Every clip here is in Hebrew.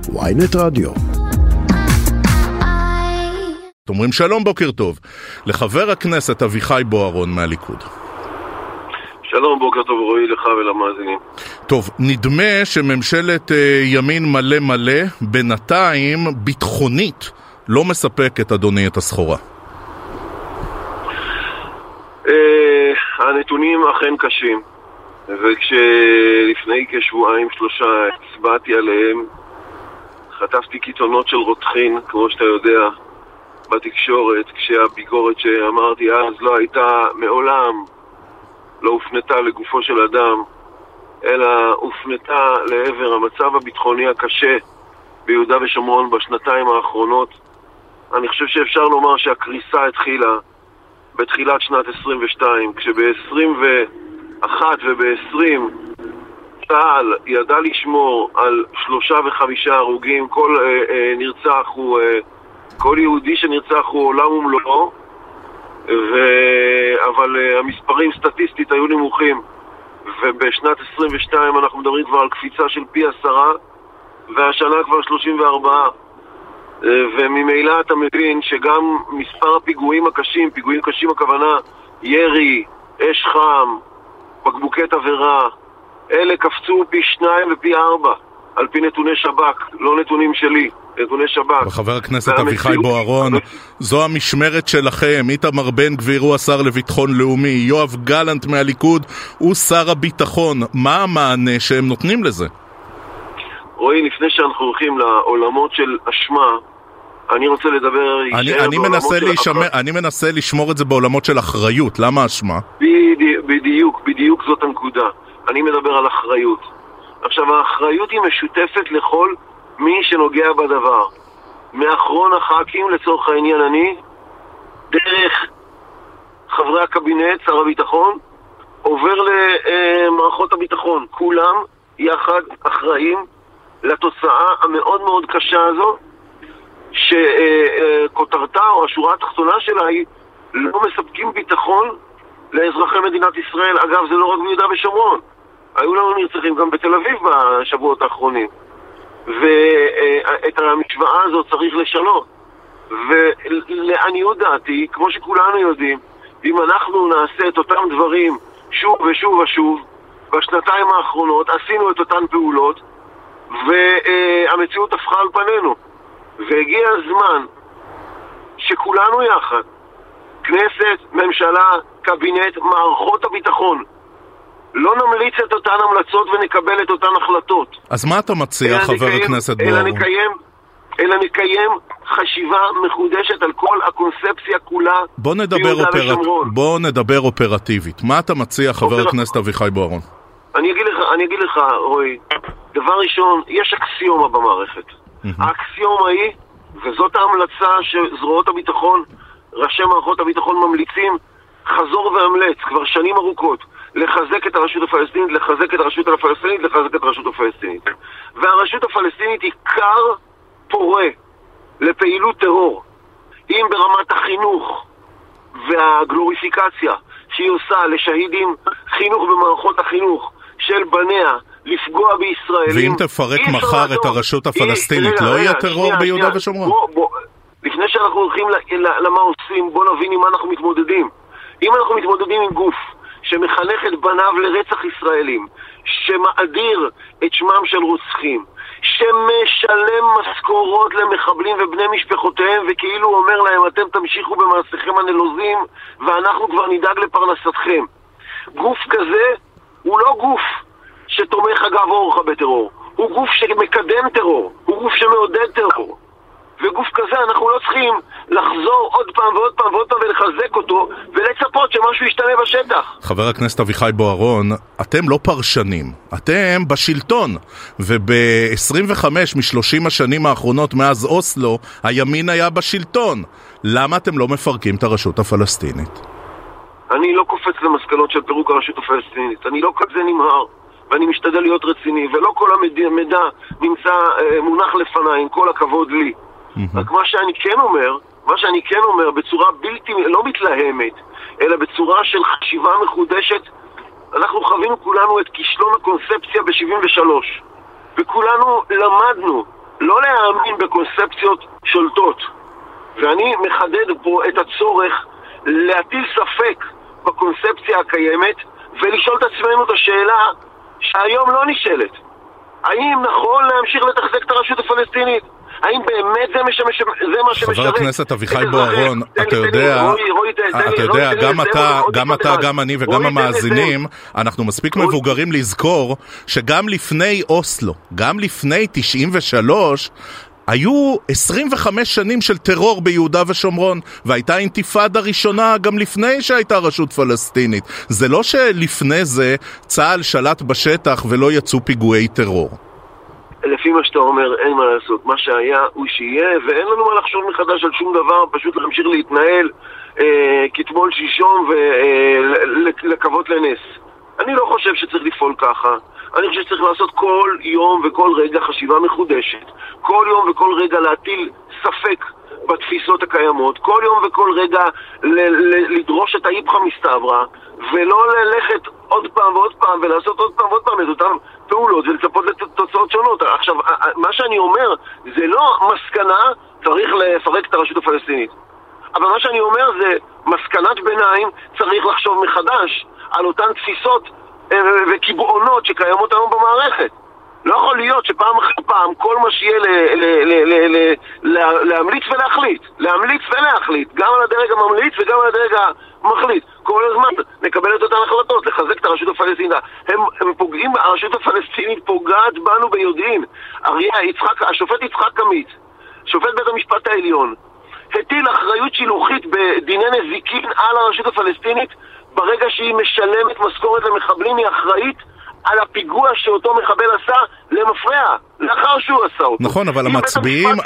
ynet רדיו. אומרים שלום, בוקר טוב לחבר הכנסת אביחי בוארון מהליכוד. שלום, בוקר טוב רועי, לך ולמאזינים. טוב, נדמה שממשלת ימין מלא מלא בינתיים ביטחונית לא מספקת, אדוני, את הסחורה. הנתונים אכן קשים, וכשלפני כשבועיים שלושה הצבעתי עליהם, חטפתי קיתונות של רותחין, כמו שאתה יודע, בתקשורת, כשהביקורת שאמרתי אז לא הייתה מעולם, לא הופנתה לגופו של אדם, אלא הופנתה לעבר המצב הביטחוני הקשה ביהודה ושומרון בשנתיים האחרונות. אני חושב שאפשר לומר שהקריסה התחילה בתחילת שנת 22, כשב-21 וב-20 צה"ל ידע לשמור על 3 ו5 הרוגים, כל יהודי שנרצח הוא עולם ומלואו, אבל המספרים סטטיסטית היו נמוכים, ובשנת 22 אנחנו מדברים כבר על קפיצה של פי 10, והשנה כבר 34, וממילא אתה מבין שגם מספר הפיגועים הקשים, פיגועים קשים הכוונה ירי, אש חם, בקבוקי תבערה, אלה קפצו פי 2 ופי 4 על פי נתוני שב"כ, לא נתונים שלי, נתוני שב"כ. וחבר הכנסת אביחי בוארון, זו המשמרת שלכם. איתמר בן גביר הוא השר לביטחון לאומי, יואב גלנט מהליכוד הוא שר הביטחון. מה המענה שהם נותנים לזה? רואי, לפני שאנחנו הולכים לעולמות של אשמה, אני רוצה לדבר... אני מנסה לשמור את זה בעולמות של אחריות. למה אשמה? בדיוק זאת הנקודה. אני מדבר על אחריות. עכשיו, האחריות היא משותפת לכל מי שנוגע בדבר. מאחרון הח"כים, לצורך העניין אני, דרך חברי הקבינט, שר הביטחון, עובר למערכות הביטחון. כולם יחד אחראים לתוצאה המאוד מאוד קשה הזו, שכותרתה או השורה התחתונה שלה היא לא מספקים ביטחון לאזרחי מדינת ישראל. אגב, זה לא רק ביהודה ושומרון. היו לנו נרצחים גם בתל אביב בשבועות האחרונים. ואת המשוואה הזאת צריך לשנות. ולעניות דעתי, כמו שכולנו יודעים, אם אנחנו נעשה את אותם דברים שוב ושוב ושוב, בשנתיים האחרונות עשינו את אותן פעולות, והמציאות הפכה על פנינו. והגיע הזמן שכולנו יחד, כנסת, ממשלה, קבינט, מערכות הביטחון, לא נמליץ את אותן המלצות ונקבל את אותן החלטות. אז מה אתה מציע, חבר הכנסת בוארון? אלא נקיים חשיבה מחודשת על כל הקונספציה כולה. בוא נדבר אופרטיבית. מה אתה מציע, חבר הכנסת אביחי בוארון? אני אגיד לך, רועי, דבר ראשון, יש אקסיומה במערכת. האקסיומה היא, וזאת ההמלצה שזרועות הביטחון, ראשי מערכות הביטחון ממליצים, חזור והמלץ כבר שנים ארוכות, לחזק את הרשות הפלסטינית, לחזק את הרשות הפלסטינית, לחזק את הרשות הפלסטינית. והרשות הפלסטינית היא קר פורה לפעילות טרור. אם ברמת החינוך והגלוריפיקציה שהיא עושה לשהידים, חינוך במערכות החינוך של בניה, לפגוע בישראלים. ואם תפרק מחר את הרשות הפלסטינית, לא יהיה טרור ביהודה ושומרון? לפני שאנחנו הולכים למה עושים, בוא נבין עם מה אנחנו מתמודדים. אם אנחנו מתמודדים עם גוף שמחנך את בניו לרצח ישראלים, שמאדיר את שמם של רוצחים, שמשלם משכורות למחבלים ובני משפחותיהם, וכאילו אומר להם, אתם תמשיכו במעשיכם הנלוזים ואנחנו כבר נדאג לפרנסתכם. גוף כזה הוא לא גוף שתומך אגב אורחה בטרור, הוא גוף שמקדם טרור, הוא גוף שמעודד טרור. וגוף כזה אנחנו לא צריכים לחזור עוד פעם ועוד פעם ועוד פעם ולחזק אותו ולצפות שמשהו ישתנה בשטח. חבר הכנסת אביחי בוארון, אתם לא פרשנים, אתם בשלטון, וב-25 מ-30 השנים האחרונות מאז אוסלו הימין היה בשלטון. למה אתם לא מפרקים את הרשות הפלסטינית? אני לא קופץ למסקנות של פירוק הרשות הפלסטינית, אני לא כזה נמהר ואני משתדל להיות רציני, ולא כל המידע נמצא מונח לפניי, עם כל הכבוד לי. רק מה שאני כן אומר בצורה בלתי, לא מתלהמת, אלא בצורה של חשיבה מחודשת. אנחנו חווינו כולנו את כישלון הקונספציה ב-73, וכולנו למדנו לא להאמין בקונספציות שולטות. ואני מחדד פה את הצורך להטיל ספק בקונספציה הקיימת ולשאול את עצמנו את השאלה שהיום לא נשאלת. האם נכון להמשיך לתחזק את הרשות הפלסטינית? האם באמת זה מה שמשרת? חבר הכנסת אביחי בוארון, אתה יודע, גם אתה, גם אני וגם המאזינים, אנחנו מספיק מבוגרים לזכור שגם לפני אוסלו, גם לפני 93, היו 25 שנים של טרור ביהודה ושומרון, והייתה אינתיפאדה ראשונה גם לפני שהייתה רשות פלסטינית. זה לא שלפני זה צה"ל שלט בשטח ולא יצאו פיגועי טרור. לפי מה שאתה אומר, אין מה לעשות. מה שהיה הוא שיהיה, ואין לנו מה לחשוב מחדש על שום דבר, פשוט להמשיך להתנהל כתמול שלשום ולקוות לנס. אני לא חושב שצריך לפעול ככה. אני חושב שצריך לעשות כל יום וכל רגע חשיבה מחודשת. כל יום וכל רגע להטיל ספק בתפיסות הקיימות. כל יום וכל רגע לדרוש את האיפכא מסתברא, ולא ללכת עוד פעם ועוד פעם ולעשות עוד פעם ועוד פעם את אותם פעולות ולצפות לתוצאות שונות. עכשיו, מה שאני אומר זה לא מסקנה צריך לפרק את הרשות הפלסטינית. אבל מה שאני אומר זה מסקנת ביניים, צריך לחשוב מחדש על אותן תפיסות וקיבעונות שקיימות היום במערכת. לא יכול להיות שפעם אחר פעם כל מה שיהיה להמליץ ולהחליט. להמליץ ולהחליט. גם על הדרג הממליץ וגם על הדרג המחליט. כל הזמן נקבל את אותן החלטות, לחזק את הרשות הפלסטינית. הם פוגעים, הרשות הפלסטינית פוגעת בנו ביודעין. השופט יצחק עמית, שופט בית המשפט העליון, הטיל אחריות שילוחית בדיני נזיקין על הרשות הפלסטינית. ברגע שהיא משלמת משכורת למחבלים, היא אחראית על הפיגוע שאותו מחבל עשה למפרע, לאחר שהוא עשה אותו. נכון, אבל המצביעים,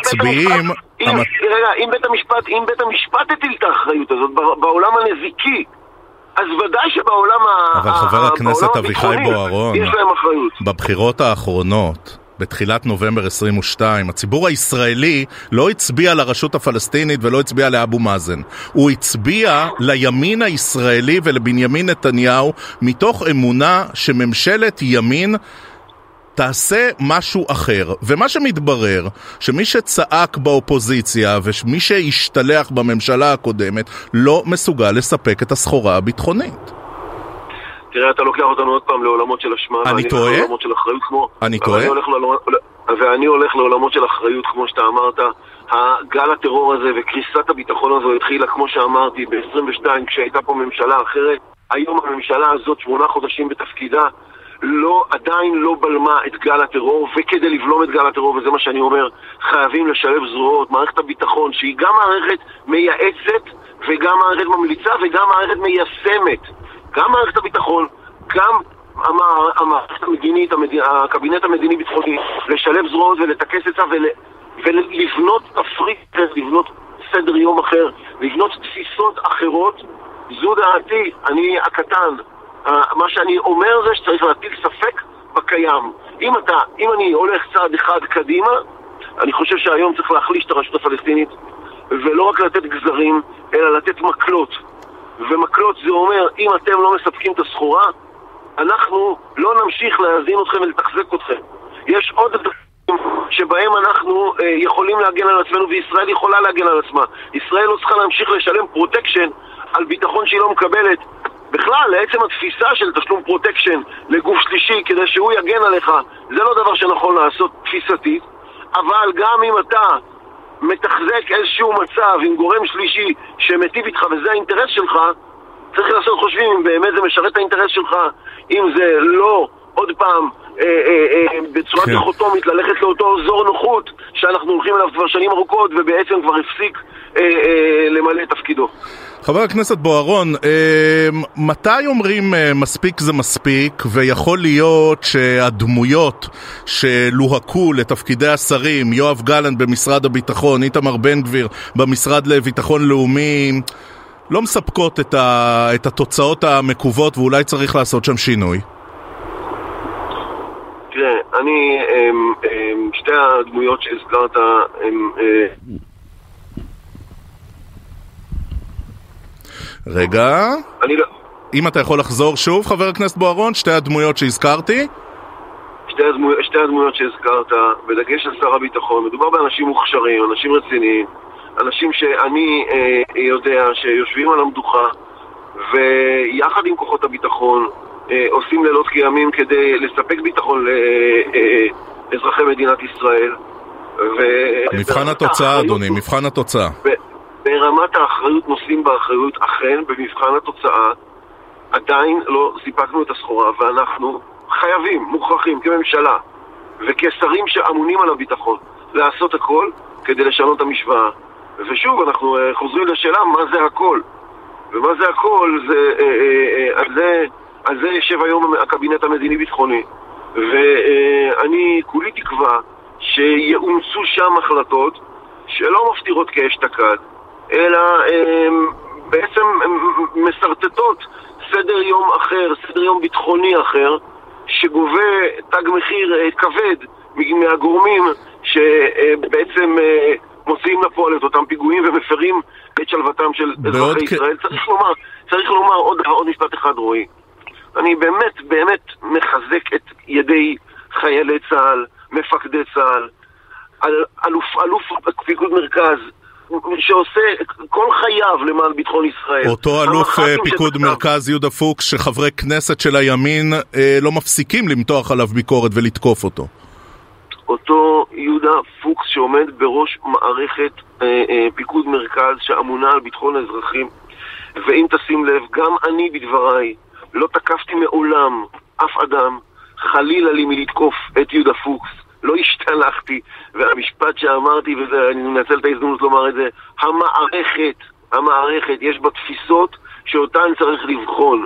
אם בית המשפט הטיל את האחריות הזאת בעולם הנזיקי, אז ודאי שבעולם אבל חבר הכנסת אביחי בוארון, יש להם אחריות. בבחירות האחרונות, בתחילת נובמבר 22, הציבור הישראלי לא הצביע לרשות הפלסטינית ולא הצביע לאבו מאזן. הוא הצביע לימין הישראלי ולבנימין נתניהו מתוך אמונה שממשלת ימין תעשה משהו אחר. ומה שמתברר, שמי שצעק באופוזיציה ומי שהשתלח בממשלה הקודמת לא מסוגל לספק את הסחורה הביטחונית. תראה, אתה לוקח אותנו עוד פעם לעולמות של אשמה. אני טועה? לעולמות של אחריות כמו... אני טועה? ואני הולך לעולמות של אחריות כמו שאתה אמרת. הגל הטרור הזה וקריסת הביטחון הזו התחילה, כמו שאמרתי, ב-22 כשהייתה פה ממשלה אחרת. היום הממשלה הזאת 8 חודשים בתפקידה, עדיין לא בלמה את גל הטרור, וכדי לבלום את גל הטרור, וזה מה שאני אומר, חייבים לשלב זרועות, מערכת הביטחון, שהיא גם מערכת מייעצת וגם מערכת ממליצה וגם מערכת מיישמת. גם מערכת הביטחון, גם המערכת המדינית, הקבינט המדיני-ביטחוני, לשלב זרועות ולתקס את זה ולבנות תפריט, לבנות סדר יום אחר, לבנות תפיסות אחרות. זו דעתי, אני הקטן. מה שאני אומר זה שצריך להטיל ספק בקיים. אם אני הולך צעד אחד קדימה, אני חושב שהיום צריך להחליש את הרשות הפלסטינית, ולא רק לתת גזרים, אלא לתת מקלות. ומקלות זה אומר, אם אתם לא מספקים את הסחורה, אנחנו לא נמשיך להזין אתכם ולתחזק אתכם. יש עוד דברים שבהם אנחנו יכולים להגן על עצמנו, וישראל יכולה להגן על עצמה. ישראל לא צריכה להמשיך לשלם פרוטקשן על ביטחון שהיא לא מקבלת. בכלל, לעצם התפיסה של תשלום פרוטקשן לגוף שלישי כדי שהוא יגן עליך, זה לא דבר שנכון לעשות תפיסתית. אבל גם אם אתה מתחזק איזשהו מצב עם גורם שלישי שמטיב איתך וזה האינטרס שלך, צריך לעשות חושבים אם באמת זה משרת את האינטרס שלך, אם זה לא עוד פעם בצורה דיכוטומית ללכת לאותו אזור נוחות שאנחנו הולכים אליו כבר שנים ארוכות ובעצם כבר הפסיק למלא את תפקידו. חבר הכנסת בוארון, מתי אומרים מספיק זה מספיק, ויכול להיות שהדמויות שלוהקו לתפקידי השרים, יואב גלנט במשרד הביטחון, איתמר בן גביר במשרד לביטחון לאומי, לא מספקות את התוצאות המקוות, ואולי צריך לעשות שם שינוי? תראה, שתי הדמויות שהזכרת הם... רגע, אם אתה יכול לחזור שוב, חבר הכנסת בוארון, שתי הדמויות שהזכרתי? שתי הדמויות שהזכרת, בדגש על שר הביטחון, מדובר באנשים מוכשרים, אנשים רציניים, אנשים שאני יודע שיושבים על המדוכה ויחד עם כוחות הביטחון עושים לילות כימים כדי לספק ביטחון לאזרחי מדינת ישראל. מבחן התוצאה, אדוני, מבחן התוצאה. ברמת האחריות נושאים באחריות, אכן במבחן התוצאה עדיין לא סיפקנו את הסחורה, ואנחנו חייבים, מוכרחים כממשלה וכשרים שאמונים על הביטחון לעשות הכל כדי לשנות את המשוואה. ושוב אנחנו חוזרים לשאלה מה זה הכל, ומה זה הכל, על זה ישב היום הקבינט המדיני ביטחוני, ואני כולי תקווה שיאומצו שם החלטות שלא מפתירות כאשתקד, אלא בעצם מסרטטות סדר יום אחר, סדר יום ביטחוני אחר, שגובה תג מחיר כבד מהגורמים שבעצם מוציאים לפועל את אותם פיגועים ומפרים את שלוותם של אזרחי ישראל. צריך לומר עוד משפט אחד, רועי. אני באמת מחזק את ידי חיילי צה"ל, מפקדי צה"ל, אלוף פיקוד מרכז, שעושה כל חייו למען ביטחון ישראל. אותו אלוף פיקוד מרכז יהודה פוקס, שחברי כנסת של הימין לא מפסיקים למתוח עליו ביקורת ולתקוף אותו. אותו יהודה פוקס שעומד בראש מערכת פיקוד מרכז שאמונה על ביטחון האזרחים. ואם תשים לב, גם אני בדבריי לא תקפתי מעולם אף אדם, חלילה לי מלתקוף את יהודה פוקס. לא השתלחתי, והמשפט שאמרתי, ואני מנצל את ההזדמנות לומר את זה, המערכת, יש בה תפיסות שאותן צריך לבחון,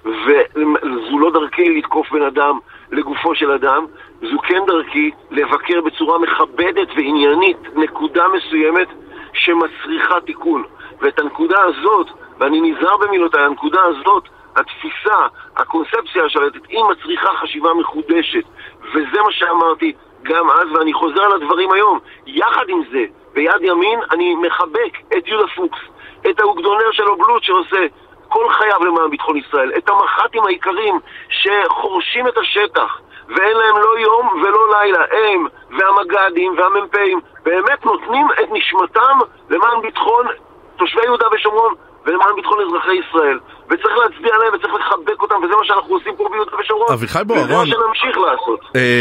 וזו לא דרכי לתקוף בן אדם לגופו של אדם, זו כן דרכי לבקר בצורה מכבדת ועניינית נקודה מסוימת שמצריכה תיקון. ואת הנקודה הזאת, ואני נזהר במילותיי, הנקודה הזאת, התפיסה, הקונספציה השלטת, היא מצריכה חשיבה מחודשת, וזה מה שאמרתי גם אז, ואני חוזר על הדברים היום. יחד עם זה, ביד ימין אני מחבק את יהודה פוקס, את האוגדונר של אוגלות שעושה כל חייו למען ביטחון ישראל, את המח"טים העיקרים שחורשים את השטח ואין להם לא יום ולא לילה, הם והמג"דים והמ"פים באמת נותנים את נשמתם למען ביטחון תושבי יהודה ושומרון ולמען ביטחון אזרחי ישראל, וצריך להצביע עליהם וצריך לחבק אותם, וזה מה שאנחנו עושים פה ביהודה ושומרון, אביחי בוארון, וזה מה שנמשיך לעשות.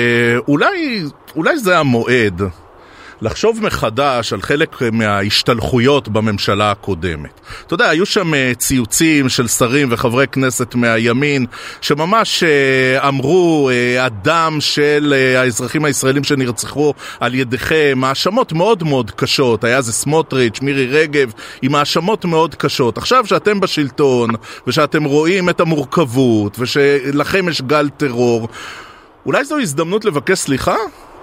אולי זה המועד לחשוב מחדש על חלק מההשתלחויות בממשלה הקודמת. אתה יודע, היו שם ציוצים של שרים וחברי כנסת מהימין שממש אמרו אדם של האזרחים הישראלים שנרצחו על ידיכם, האשמות מאוד מאוד קשות. היה זה סמוטריץ', מירי רגב, עם האשמות מאוד קשות. עכשיו שאתם בשלטון ושאתם רואים את המורכבות ושלכם יש גל טרור, אולי זו הזדמנות לבקש סליחה?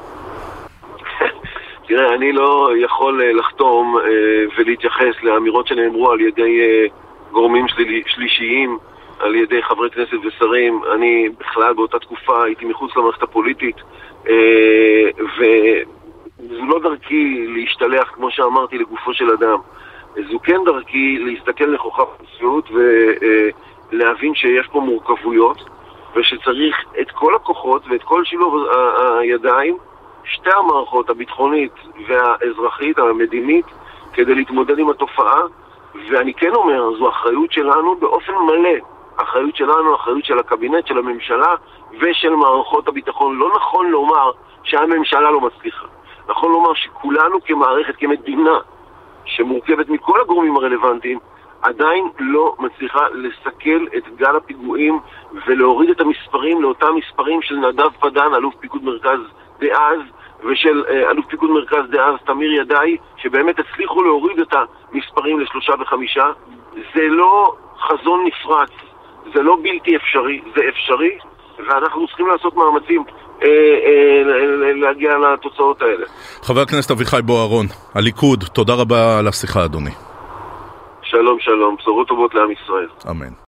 תראה, אני לא יכול לחתום ולהתייחס לאמירות שנאמרו על ידי גורמים שלישיים, על ידי חברי כנסת ושרים. אני בכלל באותה תקופה הייתי מחוץ למערכת הפוליטית, וזו לא דרכי להשתלח, כמו שאמרתי, לגופו של אדם. זו כן דרכי להסתכל לכוכב המציאות ולהבין שיש פה מורכבויות, ושצריך את כל הכוחות ואת כל שילוב הידיים, שתי המערכות, הביטחונית והאזרחית, המדינית, כדי להתמודד עם התופעה. ואני כן אומר, זו אחריות שלנו באופן מלא. אחריות שלנו, אחריות של הקבינט, של הממשלה ושל מערכות הביטחון. לא נכון לומר שהממשלה לא מצליחה. נכון לומר שכולנו כמערכת, כמדינה, שמורכבת מכל הגורמים הרלוונטיים, עדיין לא מצליחה לסכל את גל הפיגועים ולהוריד את המספרים לאותם מספרים של נדב פדן, אלוף פיקוד מרכז דאז, ושל אלוף פיקוד מרכז דאז תמיר ידעי, שבאמת הצליחו להוריד את המספרים ל3 ו5. זה לא חזון נפרץ, זה לא בלתי אפשרי, זה אפשרי, ואנחנו צריכים לעשות מאמצים להגיע לתוצאות האלה. חבר הכנסת אביחי בוארון, הליכוד, תודה רבה על השיחה, אדוני. שלום, שלום, בשורות טובות לעם ישראל. אמן.